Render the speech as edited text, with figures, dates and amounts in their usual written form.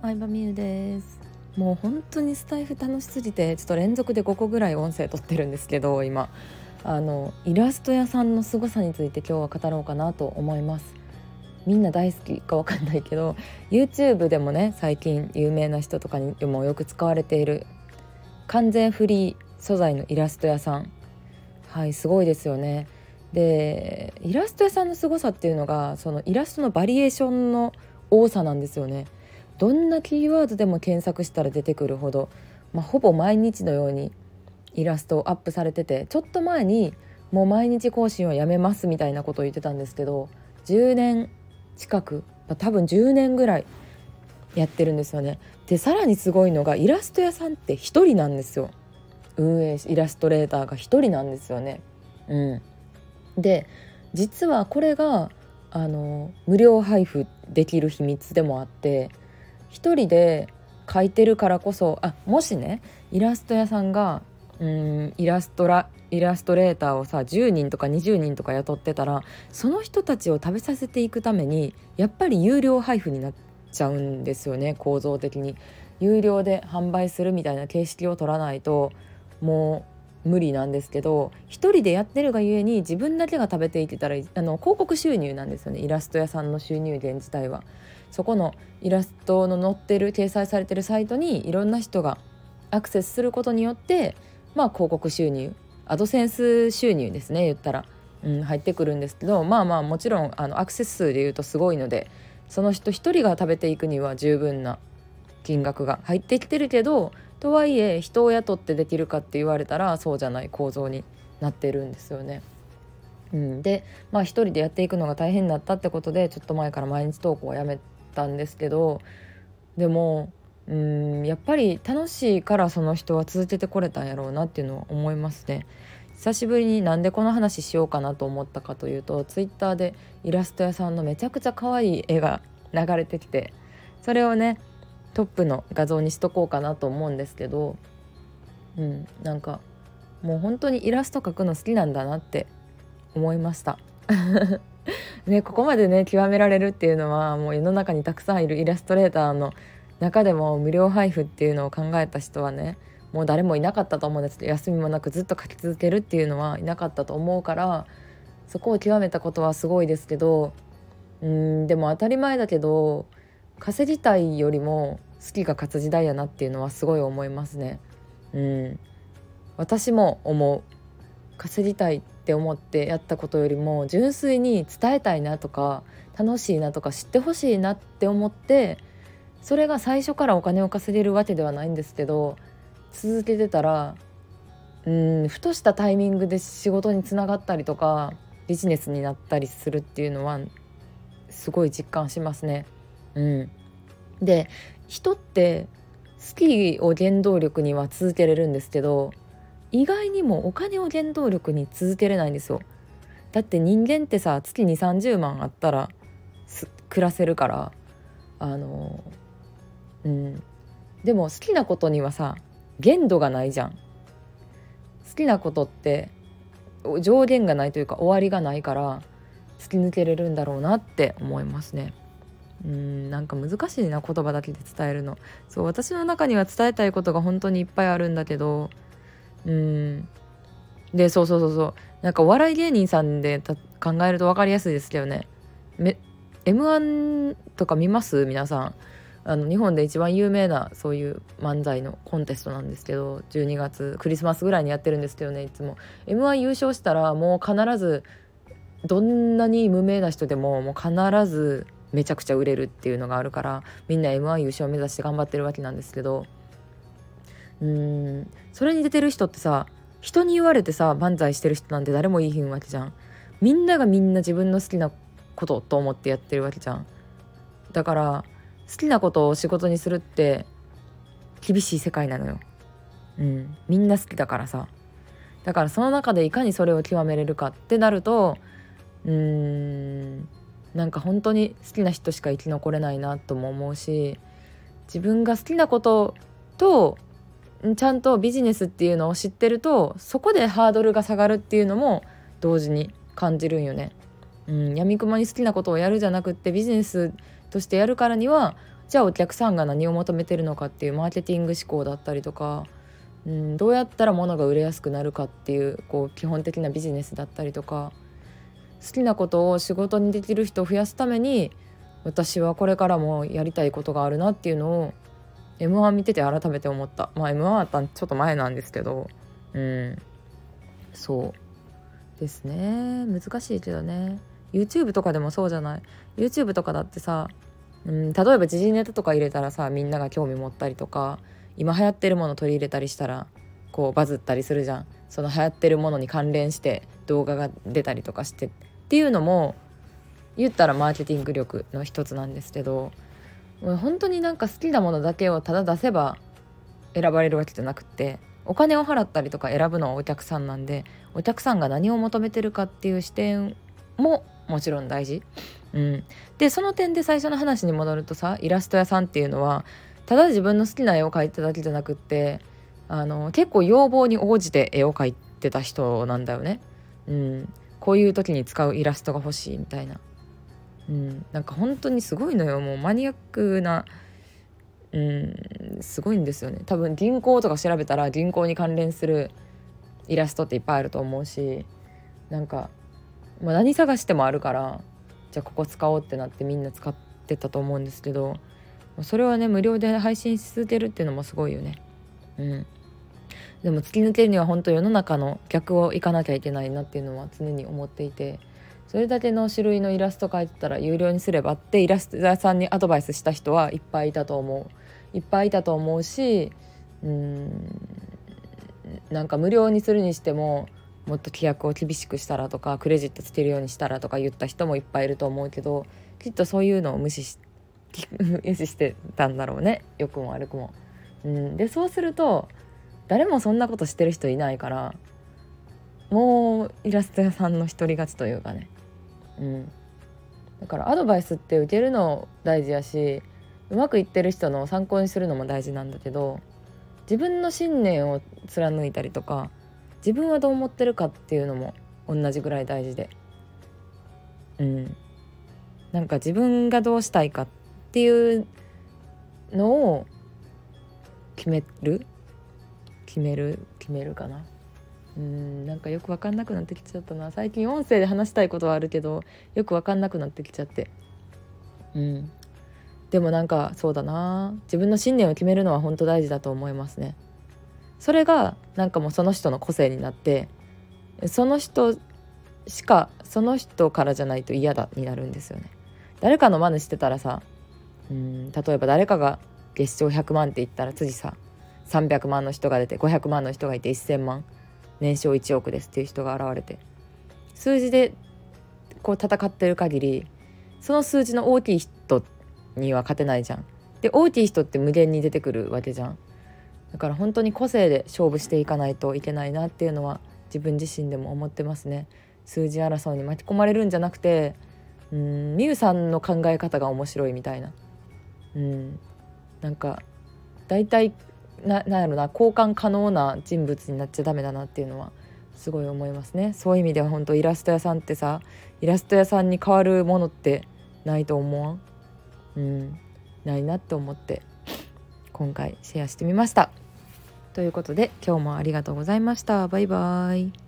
相葉美優です。もう本当にスタイフ楽しすぎてちょっと連続で5個ぐらい音声撮ってるんですけど、今イラスト屋さんの凄さについて今日は語ろうかなと思います。みんな大好きかわかんないけど YouTube でもね、最近有名な人とかにもよく使われている完全フリー素材のイラスト屋さん、すごいですよね。でイラスト屋さんの凄さっていうのが、そのイラストのバリエーションの多さなんですよね。どんなキーワードでも検索したら出てくるほど、ほぼ毎日のようにイラストをアップされてて、ちょっと前にもう毎日更新をやめますみたいなことを言ってたんですけど、10年近く、多分10年ぐらいやってるんですよね。でさらにすごいのが、イラスト屋さんって一人なんですよ。運営イラストレーターが一人なんですよね。で実はこれが無料配布できる秘密でもあって、一人で描いてるからこそ、もしねイラスト屋さんがイラストレーターをさ10人とか20人とか雇ってたら、その人たちを食べさせていくためにやっぱり有料配布になっちゃうんですよね。構造的に有料で販売するみたいな形式を取らないともう無理なんですけど、一人でやってるがゆえに自分だけが食べていけたら、広告収入なんですよね。イラスト屋さんの収入源自体はそこのイラストの載ってる掲載されてるサイトにいろんな人がアクセスすることによって、広告収入、アドセンス収入ですね、言ったら、入ってくるんですけど、もちろんアクセス数でいうとすごいので、その人一人が食べていくには十分な金額が入ってきてるけど、とはいえ人を雇ってできるかって言われたらそうじゃない構造になってるんですよね。で一人でやっていくのが大変になったってことで、ちょっと前から毎日投稿をやめたんですけど、でもやっぱり楽しいからその人は続けてこれたんやろうなっていうのは思いますね。久しぶりになんでこの話しようかなと思ったかというと、ツイッターでイラスト屋さんのめちゃくちゃ可愛い絵が流れてきて、それをねトップの画像にしとこうかなと思うんですけど、なんかもう本当にイラスト描くの好きなんだなって思いましたね、ここまでね極められるっていうのは、もう世の中にたくさんいるイラストレーターの中でも無料配布っていうのを考えた人はね、もう誰もいなかったと思うんですけど、休みもなくずっと描き続けるっていうのはいなかったと思うから、そこを極めたことはすごいですけど、でも当たり前だけど稼ぎたいよりも好きが勝つ時代やなっていうのはすごい思いますね。私も思う。稼ぎたいって思ってやったことよりも、純粋に伝えたいなとか楽しいなとか知ってほしいなって思って、それが最初からお金を稼げるわけではないんですけど、続けてたらふとしたタイミングで仕事につながったりとかビジネスになったりするっていうのはすごい実感しますね。で人って好きを原動力には続けれるんですけど、意外にもお金を原動力に続けれないんですよ。だって人間ってさ、月に30万あったら暮らせるから、でも好きなことにはさ限度がないじゃん。好きなことって上限がないというか終わりがないから、突き抜けれるんだろうなって思いますね。なんか難しいな、言葉だけで伝えるの。そう、私の中には伝えたいことが本当にいっぱいあるんだけど、でそうなんかお笑い芸人さんで考えると分かりやすいですけどね。M1 とか見ます皆さん。日本で一番有名なそういう漫才のコンテストなんですけど、12月クリスマスぐらいにやってるんですけどね、いつも M1 優勝したらもう必ず、どんなに無名な人でももう必ずめちゃくちゃ売れるっていうのがあるから、みんな M1 優勝を目指して頑張ってるわけなんですけど、それに出てる人ってさ、人に言われてさ漫才してる人なんて誰もいいひんわけじゃん。みんながみんな自分の好きなことと思ってやってるわけじゃん。だから好きなことを仕事にするって厳しい世界なのよ。みんな好きだからさ。だからその中でいかにそれを極めれるかってなると、なんか本当に好きな人しか生き残れないなとも思うし、自分が好きなこととちゃんとビジネスっていうのを知ってると、そこでハードルが下がるっていうのも同時に感じるんよね。闇雲に好きなことをやるじゃなくって、ビジネスとしてやるからにはじゃあお客さんが何を求めてるのかっていうマーケティング思考だったりとか、どうやったら物が売れやすくなるかっていう、基本的なビジネスだったりとか、好きなことを仕事にできる人を増やすために私はこれからもやりたいことがあるなっていうのを M1 見てて改めて思った。M1 あったんちょっと前なんですけど、そうですね。難しいけどね。 YouTube とかでもそうじゃない？ YouTube とかだってさ、例えば時事ネタとか入れたらさ、みんなが興味持ったりとか、今流行ってるもの取り入れたりしたらバズったりするじゃん。その流行ってるものに関連して動画が出たりとかしてっていうのも言ったらマーケティング力の一つなんですけど、本当に好きなものだけをただ出せば選ばれるわけじゃなくて、お金を払ったりとか選ぶのはお客さんなんで、お客さんが何を求めてるかっていう視点ももちろん大事、でその点で最初の話に戻るとさ、イラスト屋さんっていうのはただ自分の好きな絵を描いただけじゃなくって、結構要望に応じて絵を描いてた人なんだよね。こういう時に使うイラストが欲しいみたいな、本当にすごいのよ。もうマニアックな、すごいんですよね。多分銀行とか調べたら銀行に関連するイラストっていっぱいあると思うし、何探してもあるから、じゃあここ使おうってなってみんな使ってたと思うんですけど、それはね無料で配信し続けるっていうのもすごいよね。でも突き抜けるには本当世の中の逆をいかなきゃいけないなっていうのは常に思っていて、それだけの種類のイラスト描いてたら有料にすればってイラスト屋さんにアドバイスした人はいっぱいいたと思うし、無料にするにしてももっと規約を厳しくしたらとか、クレジットつけるようにしたらとか言った人もいっぱいいると思うけど、きっとそういうのを無視してたんだろうね、良くも悪くも。でそうすると誰もそんなことしてる人いないから、もうイラスト屋さんの一人勝ちというかね。だからアドバイスって受けるの大事やし、うまくいってる人の参考にするのも大事なんだけど、自分の信念を貫いたりとか、自分はどう思ってるかっていうのも同じぐらい大事で、自分がどうしたいかっていうのを決めるかな。よく分かんなくなってきちゃったな。最近音声で話したいことはあるけどよく分かんなくなってきちゃって、でもそうだな、自分の信念を決めるのは本当大事だと思いますね。それがもうその人の個性になって、その人からじゃないと嫌だになるんですよね。誰かの真似してたらさ、例えば誰かが月賞100万って言ったら次さ300万の人が出て500万の人がいて1000万、年商1億ですっていう人が現れて、数字で戦ってる限りその数字の大きい人には勝てないじゃん。で大きい人って無限に出てくるわけじゃん。だから本当に個性で勝負していかないといけないなっていうのは自分自身でも思ってますね。数字争いに巻き込まれるんじゃなくて、みゆさんの考え方が面白いみたいな、だいたいなんやろな、交換可能な人物になっちゃダメだなっていうのはすごい思いますね。そういう意味では本当イラスト屋さんってさ、イラスト屋さんに変わるものってないと思わん？ないなって思って今回シェアしてみました。ということで今日もありがとうございました。バイバイ。